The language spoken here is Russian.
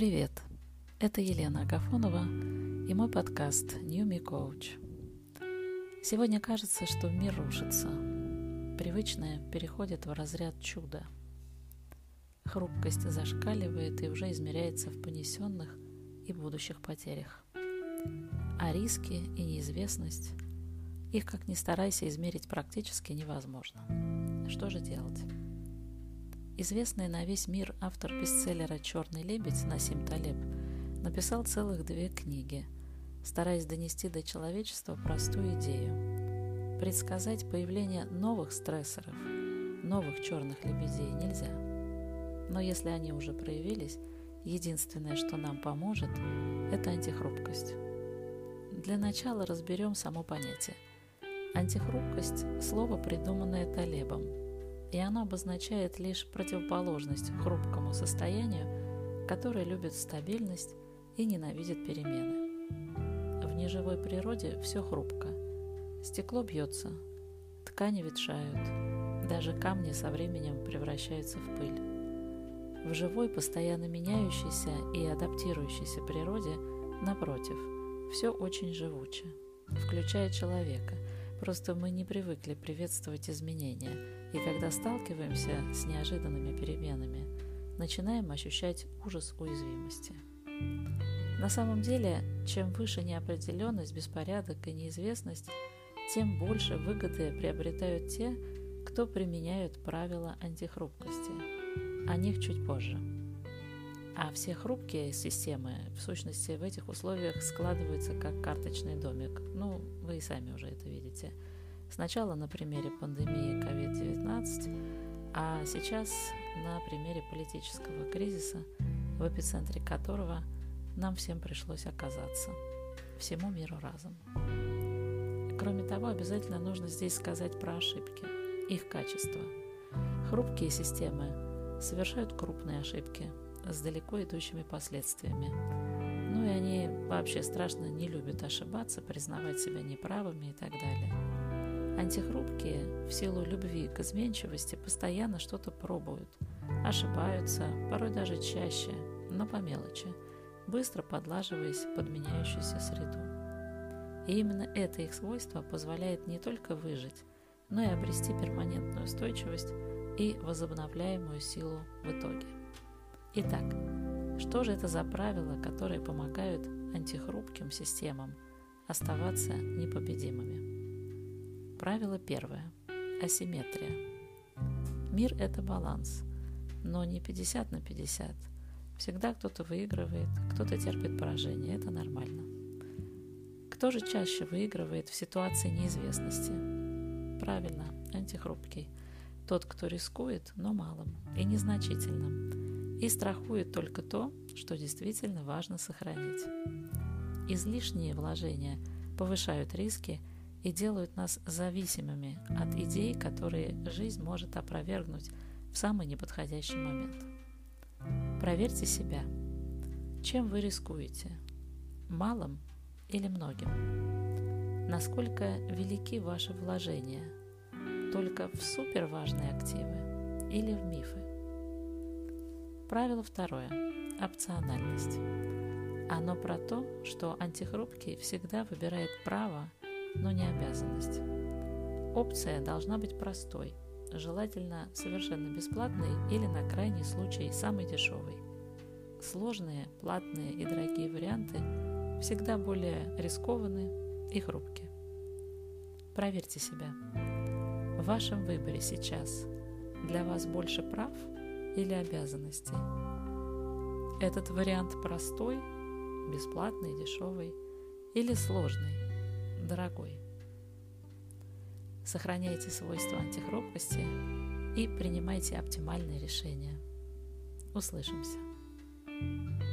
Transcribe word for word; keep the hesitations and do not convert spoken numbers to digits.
Привет! Это Елена Агафонова и мой подкаст New Me Coach. Сегодня кажется, что мир рушится. Привычное переходит в разряд чуда. Хрупкость зашкаливает и уже измеряется в понесенных и будущих потерях. А риски и неизвестность, их, как ни старайся, измерить практически невозможно. Что же делать? Известный на весь мир автор бестселлера «Черный лебедь» Насим Талеб написал целых две книги, стараясь донести до человечества простую идею. Предсказать появление новых стрессоров, новых черных лебедей нельзя. Но если они уже проявились, единственное, что нам поможет, это антихрупкость. Для начала разберем само понятие. Антихрупкость – слово, придуманное Талебом, и оно обозначает лишь противоположность хрупкому состоянию, которое любит стабильность и ненавидит перемены. В неживой природе все хрупко. Стекло бьется, ткани ветшают, даже камни со временем превращаются в пыль. В живой, постоянно меняющейся и адаптирующейся природе, напротив, все очень живуче, включая человека. Просто мы не привыкли приветствовать изменения, и когда сталкиваемся с неожиданными переменами, начинаем ощущать ужас уязвимости. На самом деле, чем выше неопределенность, беспорядок и неизвестность, тем больше выгоды приобретают те, кто применяют правила антихрупкости. О них чуть позже. А все хрупкие системы, в сущности, в этих условиях складываются как карточный домик. Ну, вы и сами уже это видите. Сначала на примере пандемии ковид девятнадцать, а сейчас на примере политического кризиса, в эпицентре которого нам всем пришлось оказаться. Всему миру разом. Кроме того, обязательно нужно здесь сказать про ошибки, их качество. Хрупкие системы совершают крупные ошибки с далеко идущими последствиями. Ну и они вообще страшно не любят ошибаться, признавать себя неправыми и так далее. Антихрупкие, в силу любви к изменчивости, постоянно что-то пробуют, ошибаются, порой даже чаще, но по мелочи, быстро подлаживаясь под меняющуюся среду. И именно это их свойство позволяет не только выжить, но и обрести перманентную устойчивость и возобновляемую силу в итоге. Итак, что же это за правила, которые помогают антихрупким системам оставаться непобедимыми? Правило первое. Асимметрия. Мир – это баланс, но не пятьдесят на пятьдесят. Всегда кто-то выигрывает, кто-то терпит поражение. Это нормально. Кто же чаще выигрывает в ситуации неизвестности? Правильно, антихрупкий. Тот, кто рискует, но малым и незначительным, и страхует только то, что действительно важно сохранить. Излишние вложения повышают риски и делают нас зависимыми от идей, которые жизнь может опровергнуть в самый неподходящий момент. Проверьте себя. Чем вы рискуете? Малым или многим? Насколько велики ваши вложения? Только в суперважные активы или в мифы? Правило второе. Опциональность. Оно про то, что антихрупкий всегда выбирает право, но не обязанность. Опция должна быть простой, желательно совершенно бесплатной или на крайний случай самой дешевой. Сложные, платные и дорогие варианты всегда более рискованны и хрупки. Проверьте себя. В вашем выборе сейчас для вас больше прав или обязанностей? Этот вариант простой, бесплатный, дешевый или сложный, дорогой? Сохраняйте свойства антихрупкости и принимайте оптимальные решения. Услышимся!